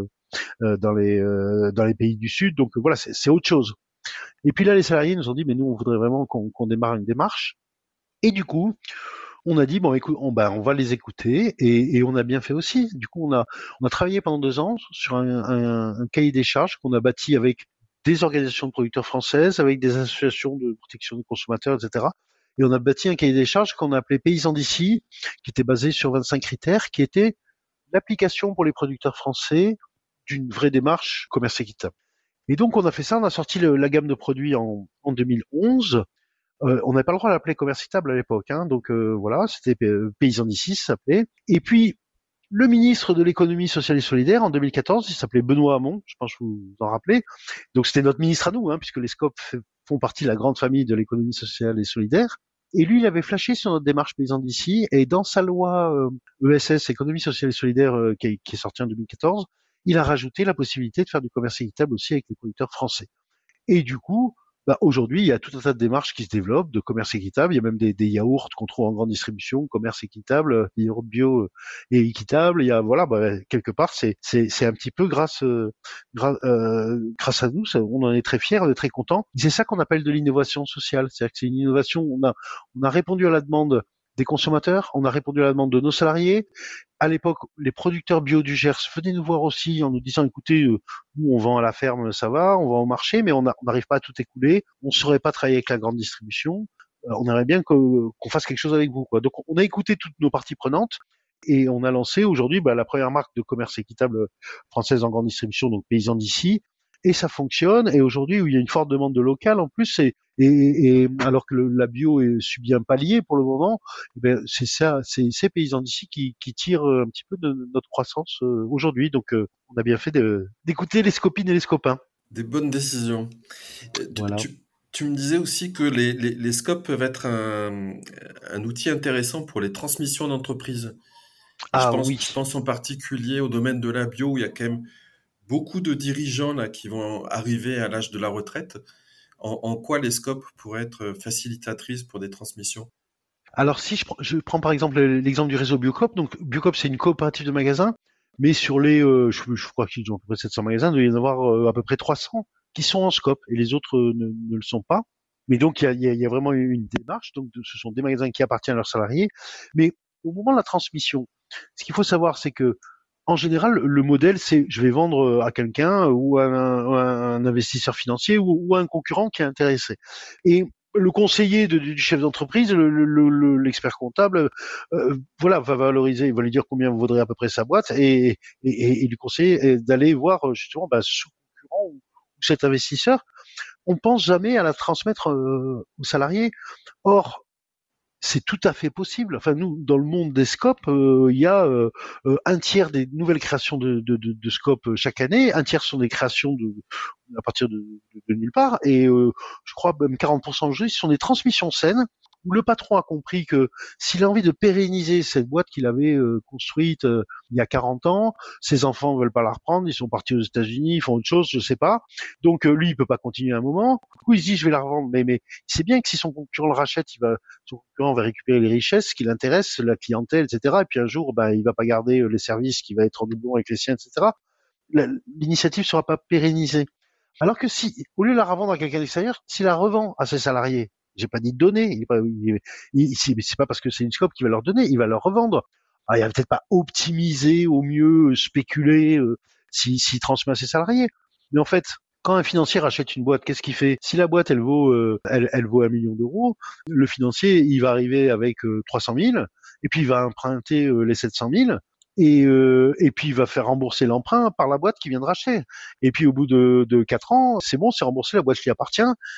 les pays du Sud, donc voilà, c'est autre chose. Et puis là les salariés nous ont dit mais nous on voudrait vraiment qu'on démarre une démarche. Et du coup, on a dit écoute, on va les écouter et on a bien fait aussi. Du coup, on a travaillé pendant 2 ans sur un cahier des charges qu'on a bâti avec des organisations de producteurs françaises, avec des associations de protection des consommateurs, etc. Et on a bâti un cahier des charges qu'on a appelé Paysans d'ici, qui était basé sur 25 critères, qui était l'application pour les producteurs français d'une vraie démarche commerce équitable. Et donc, on a fait ça, on a sorti la gamme de produits en 2011. On n'avait pas le droit de l'appeler commerce équitable à l'époque, hein, donc voilà, c'était Paysans d'ici, ça s'appelait. Et puis, le ministre de l'économie sociale et solidaire, en 2014, il s'appelait Benoît Hamon, je pense que vous vous en rappelez. Donc c'était notre ministre à nous, hein, puisque les SCOP font partie de la grande famille de l'économie sociale et solidaire. Et lui, il avait flashé sur notre démarche Paysans d'ici, et dans sa loi ESS, économie sociale et solidaire, qui est sortie en 2014, il a rajouté la possibilité de faire du commerce équitable aussi avec les producteurs français. Et du coup, aujourd'hui, il y a tout un tas de démarches qui se développent de commerce équitable. Il y a même des yaourts qu'on trouve en grande distribution, commerce équitable, des yaourts bio et équitables. Il y a quelque part, c'est un petit peu grâce à nous. On en est très fiers, on est très contents. C'est ça qu'on appelle de l'innovation sociale. C'est-à-dire que c'est une innovation. On a répondu à la demande des consommateurs, on a répondu à la demande de nos salariés. À l'époque, les producteurs bio du Gers venaient nous voir aussi en nous disant écoutez, nous on vend à la ferme, ça va, on vend au marché, mais on n'arrive pas à tout écouler, on ne saurait pas travailler avec la grande distribution, on aimerait bien qu'on fasse quelque chose avec vous, quoi. Donc on a écouté toutes nos parties prenantes et on a lancé aujourd'hui la première marque de commerce équitable française en grande distribution, donc Paysans d'ici, et ça fonctionne. Et aujourd'hui, où il y a une forte demande de local, en plus, et alors que la bio subit un palier pour le moment, c'est ça, c'est ces Paysans d'ici qui tirent un petit peu de notre croissance aujourd'hui. Donc, on a bien fait d'écouter les scopines et les scopins. Des bonnes décisions. Voilà. Tu me disais aussi que les scopes peuvent être un outil intéressant pour les transmissions d'entreprises. Oui. Je pense en particulier au domaine de la bio où il y a quand même beaucoup de dirigeants là qui vont arriver à l'âge de la retraite. En quoi les scopes pourraient être facilitatrices pour des transmissions? Alors si je prends par exemple l'exemple du réseau Biocoop, donc Biocoop c'est une coopérative de magasins, mais sur les, je crois qu'ils ont à peu près 700 magasins, il doit y en avoir à peu près 300 qui sont en scope et les autres ne le sont pas. Mais donc il y a vraiment une démarche. Donc ce sont des magasins qui appartiennent à leurs salariés. Mais au moment de la transmission, ce qu'il faut savoir, c'est que en général, le modèle, c'est je vais vendre à quelqu'un ou à un investisseur financier ou à un concurrent qui est intéressé. Et le conseiller du chef d'entreprise, l'expert comptable, voilà, va valoriser, il va lui dire combien vaudrait à peu près sa boîte et lui conseiller d'aller voir justement ce concurrent ou cet investisseur. On pense jamais à la transmettre aux salariés. Or, c'est tout à fait possible. Enfin, nous, dans le monde des scopes, il y a un tiers des nouvelles créations de scopes chaque année, un tiers sont des créations à partir de nulle part, et je crois même 40% de jeux sont des transmissions saines où le patron a compris que s'il a envie de pérenniser cette boîte qu'il avait construite il y a 40 ans, ses enfants veulent pas la reprendre, ils sont partis aux États-Unis, ils font autre chose, je sais pas. Donc lui, il peut pas continuer un moment. Du coup, il se dit je vais la revendre, mais c'est bien que si son concurrent le rachète, son concurrent va récupérer les richesses qui l'intéressent, la clientèle, etc. Et puis un jour, il va pas garder les services qui va être en doublon avec les siens, etc. L'initiative sera pas pérennisée. Alors que si, au lieu de la revendre à quelqu'un d'extérieur, s'il la revend à ses salariés, j'ai pas dit de donner, c'est pas parce que c'est une scope qu'il va leur donner, il va leur revendre. Il va peut-être pas optimiser au mieux, spéculer s'il transmet à ses salariés. Mais en fait, quand un financier rachète une boîte, qu'est-ce qu'il fait? Si la boîte elle vaut 1 million d'euros, le financier il va arriver avec 300 000 et puis il va emprunter les 700 000 et puis il va faire rembourser l'emprunt par la boîte qui vient de racheter. Et puis au bout de 4 ans, c'est bon, c'est remboursé, la boîte lui appartient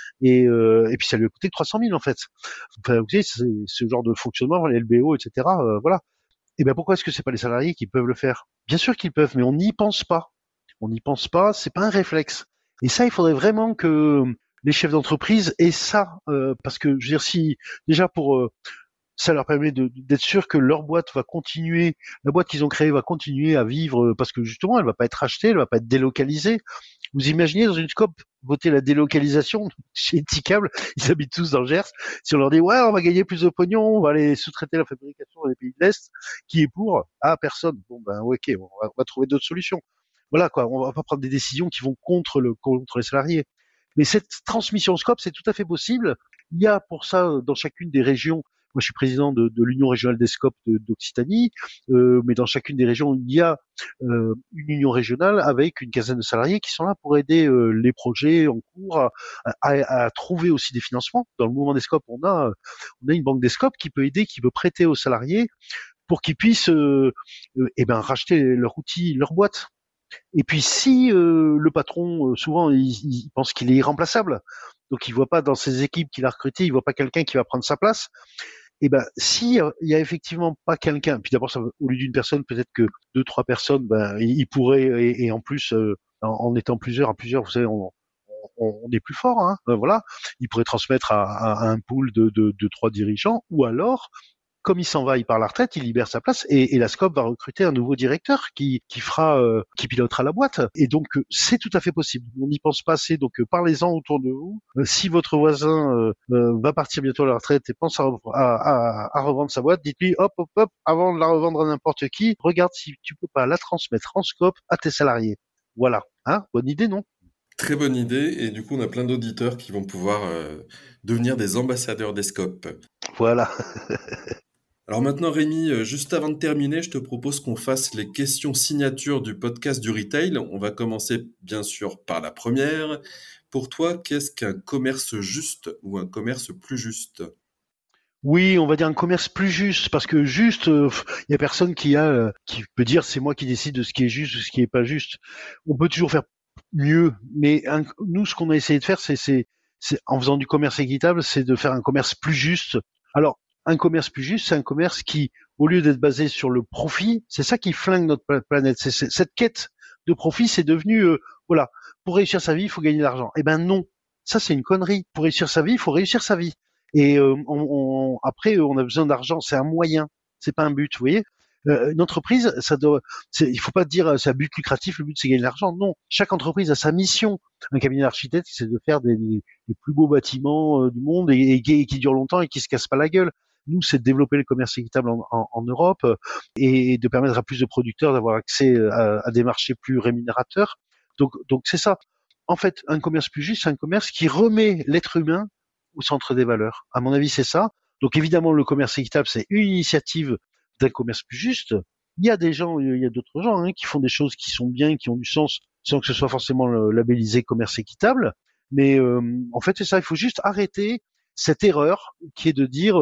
et puis ça lui a coûté que 300 000 en fait. Enfin, vous savez, c'est ce genre de fonctionnement, les LBO, etc. Voilà. Et ben pourquoi est-ce que c'est pas les salariés qui peuvent le faire? Bien sûr qu'ils peuvent, mais on n'y pense pas. On n'y pense pas, c'est pas un réflexe. Et ça, il faudrait vraiment que les chefs d'entreprise aient ça, parce que je veux dire, si déjà pour ça leur permet d'être sûr que leur boîte va continuer, la boîte qu'ils ont créée va continuer à vivre parce que justement, elle va pas être rachetée, elle va pas être délocalisée. Vous imaginez dans une scope voter la délocalisation chez Ticable, ils habitent tous dans le Gers. Si on leur dit ouais, on va gagner plus de pognon, on va aller sous-traiter la fabrication dans les pays de l'Est, qui est pour? Ah, personne. Bon ben ok, on va trouver d'autres solutions. Voilà quoi, on va pas prendre des décisions qui vont contre les salariés. Mais cette transmission scope, c'est tout à fait possible. Il y a pour ça dans chacune des régions. Moi, je suis président de l'Union régionale des scopes d'Occitanie, mais dans chacune des régions, il y a une union régionale avec une quinzaine de salariés qui sont là pour aider les projets en cours à trouver aussi des financements. Dans le mouvement des scopes, on a une banque des scopes qui peut aider, qui peut prêter aux salariés pour qu'ils puissent racheter leur outil, leur boîte. Et puis si le patron, souvent, il pense qu'il est irremplaçable, donc il voit pas dans ses équipes qu'il a recruté, il voit pas quelqu'un qui va prendre sa place. Et ben si il y a effectivement pas quelqu'un, puis d'abord au lieu d'une personne, peut-être que 2, 3 personnes, il pourrait et en plus en étant plusieurs, vous savez, on est plus fort, hein, voilà. Il pourrait transmettre à un pool de 3 dirigeants, ou alors comme il s'en va, il part à la retraite, il libère sa place et la SCOP va recruter un nouveau directeur qui pilotera la boîte. Et donc c'est tout à fait possible. On n'y pense pas assez, donc parlez-en autour de vous. Si votre voisin va partir bientôt à la retraite et pense à revendre sa boîte, dites-lui hop, avant de la revendre à n'importe qui, regarde si tu peux pas la transmettre en SCOP à tes salariés. Voilà, hein, bonne idée, non? Très bonne idée, et du coup on a plein d'auditeurs qui vont pouvoir devenir des ambassadeurs des scopes. Voilà. Alors maintenant Rémi, juste avant de terminer, je te propose qu'on fasse les questions signatures du podcast du retail. On va commencer bien sûr par la première. Pour toi, qu'est-ce qu'un commerce juste ou un commerce plus juste? Oui, on va dire un commerce plus juste, parce que juste, il y a personne qui peut dire c'est moi qui décide de ce qui est juste ou ce qui est pas juste. On peut toujours faire mieux, mais nous, ce qu'on a essayé de faire, c'est en faisant du commerce équitable, c'est de faire un commerce plus juste. Alors, un commerce plus juste, c'est un commerce qui, au lieu d'être basé sur le profit, c'est ça qui flingue notre planète. Cette quête de profit, c'est devenu, voilà, pour réussir sa vie, il faut gagner de l'argent. Eh ben non, ça c'est une connerie. Pour réussir sa vie, il faut réussir sa vie. Et après, on a besoin d'argent. C'est un moyen, c'est pas un but. Vous voyez, une entreprise, il faut pas dire c'est un but lucratif. Le but c'est gagner de l'argent. Non, chaque entreprise a sa mission. Un cabinet d'architecte, c'est de faire les plus beaux bâtiments du monde et qui durent longtemps et qui se cassent pas la gueule. Nous, c'est de développer le commerce équitable en Europe et de permettre à plus de producteurs d'avoir accès à des marchés plus rémunérateurs. Donc c'est ça. En fait, un commerce plus juste, c'est un commerce qui remet l'être humain au centre des valeurs. À mon avis, c'est ça. Donc évidemment, le commerce équitable, c'est une initiative d'un commerce plus juste. Il y a d'autres gens qui font des choses qui sont bien, qui ont du sens, sans que ce soit forcément labellisé commerce équitable. Mais en fait, c'est ça. Il faut juste arrêter cette erreur qui est de dire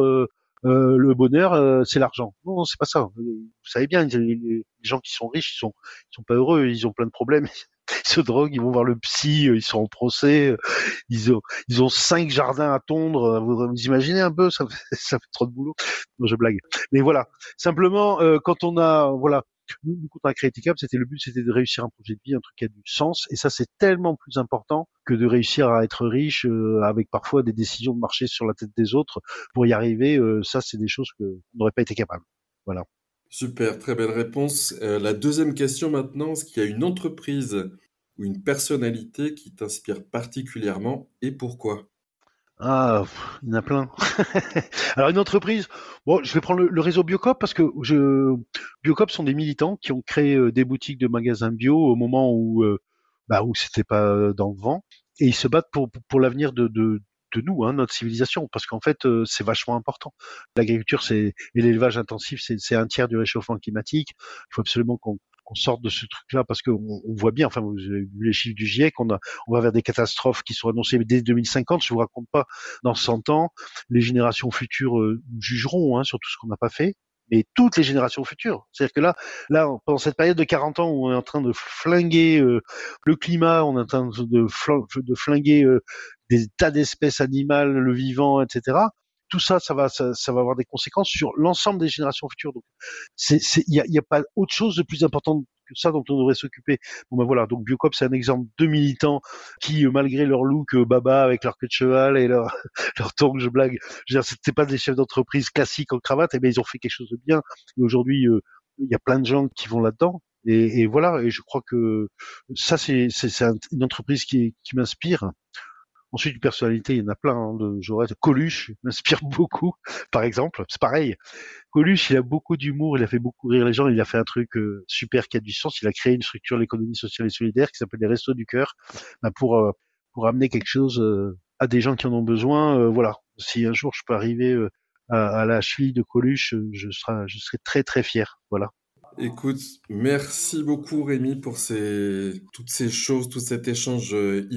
le bonheur, c'est l'argent. Non, c'est pas ça. Vous savez bien, les gens qui sont riches, ils sont pas heureux, ils ont plein de problèmes. Ils se droguent, ils vont voir le psy, ils sont en procès, ils ont 5 jardins à tondre. Vous imaginez un peu, ça fait trop de boulot. Non, je blague. Mais voilà. Simplement, quand on a, voilà, nous, quand on a créé Ticap, le but, c'était de réussir un projet de vie, un truc qui a du sens. Et ça, c'est tellement plus important que de réussir à être riche, avec parfois des décisions de marcher sur la tête des autres. Pour y arriver, ça, c'est des choses qu'on n'aurait pas été capable. Voilà. Super, très belle réponse. La deuxième question maintenant, est-ce qu'il y a une entreprise ou une personnalité qui t'inspire particulièrement et pourquoi? Il y en a plein. Alors une entreprise, bon, je vais prendre le réseau Biocop parce que Biocop sont des militants qui ont créé des boutiques de magasins bio au moment où c'était pas dans le vent, et ils se battent pour l'avenir de nous, notre civilisation, parce qu'en fait c'est vachement important. L'agriculture et l'élevage intensif, c'est un tiers du réchauffement climatique. Il faut absolument qu'on sorte de ce truc-là parce qu'on voit bien, enfin vous avez vu les chiffres du GIEC, on va vers des catastrophes qui sont annoncées dès 2050. Je vous raconte pas dans 100 ans, les générations futures nous jugeront sur tout ce qu'on n'a pas fait, mais toutes les générations futures. C'est-à-dire que là, pendant cette période de 40 ans où on est en train de flinguer le climat, on est en train de flinguer des tas d'espèces animales, le vivant, etc. Tout ça, ça va avoir des conséquences sur l'ensemble des générations futures. Donc, il y a pas autre chose de plus important que ça dont on devrait s'occuper. Bon ben voilà, donc Biocop, c'est un exemple de militants qui, malgré leur look baba avec leur queue de cheval et leur tongs, je blague, je veux dire, c'était pas des chefs d'entreprise classiques en cravate, et ben ils ont fait quelque chose de bien. Et aujourd'hui, il y a plein de gens qui vont là-dedans. Et voilà, et je crois que ça, c'est une entreprise qui m'inspire. Ensuite, une personnalité, il y en a plein. Coluche m'inspire beaucoup, par exemple. C'est pareil. Coluche, il a beaucoup d'humour, il a fait beaucoup rire les gens, il a fait un truc super qui a du sens. Il a créé une structure, l'économie sociale et solidaire, qui s'appelle les Restos du Cœur, pour amener quelque chose à des gens qui en ont besoin. Voilà. Si un jour je peux arriver à la cheville de Coluche, je serai très très fier. Voilà. Écoute, merci beaucoup Rémi pour toutes ces choses, tout cet échange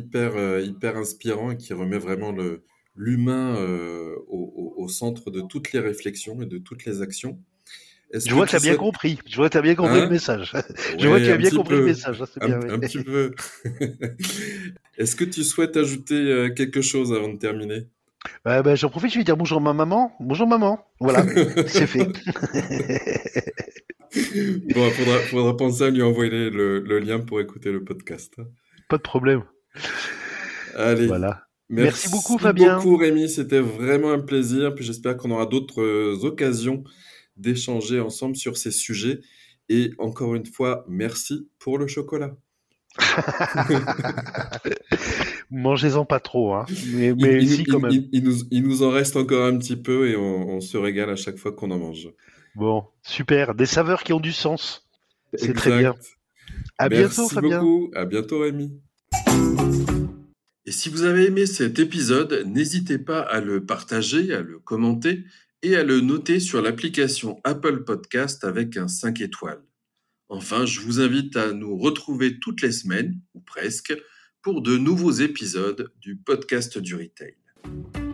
hyper inspirant et qui remet vraiment l'humain au centre de toutes les réflexions et de toutes les actions. Est-ce Je que vois que tu tu as bien souhaites... compris. Je vois que tu as bien compris le Hein? message. Je vois que Ouais, tu as un bien petit compris le peu. message. C'est bien, oui. Un petit peu. Est-ce que tu souhaites ajouter quelque chose avant de terminer? J'en profite, je vais dire bonjour ma maman. Bonjour maman. Voilà, c'est fait. Bon, faudra penser à lui envoyer le lien pour écouter le podcast. Pas de problème. Allez, Voilà. Merci beaucoup, merci Fabien. beaucoup Rémi, c'était vraiment un plaisir. Puis j'espère qu'on aura d'autres occasions d'échanger ensemble sur ces sujets. Et encore une fois, merci pour le chocolat. Mangez-en pas trop, hein. Il, Mais il nous si, quand même. il nous en reste encore un petit peu et on se régale à chaque fois qu'on en mange. Bon, super. Des saveurs qui ont du sens. C'est très bien. Exact. À bientôt, Merci Fabien. beaucoup. À bientôt Rémi. Et si vous avez aimé cet épisode, n'hésitez pas à le partager, à le commenter et à le noter sur l'application Apple Podcast avec un 5 étoiles. Enfin, je vous invite à nous retrouver toutes les semaines, ou presque, pour de nouveaux épisodes du podcast du retail.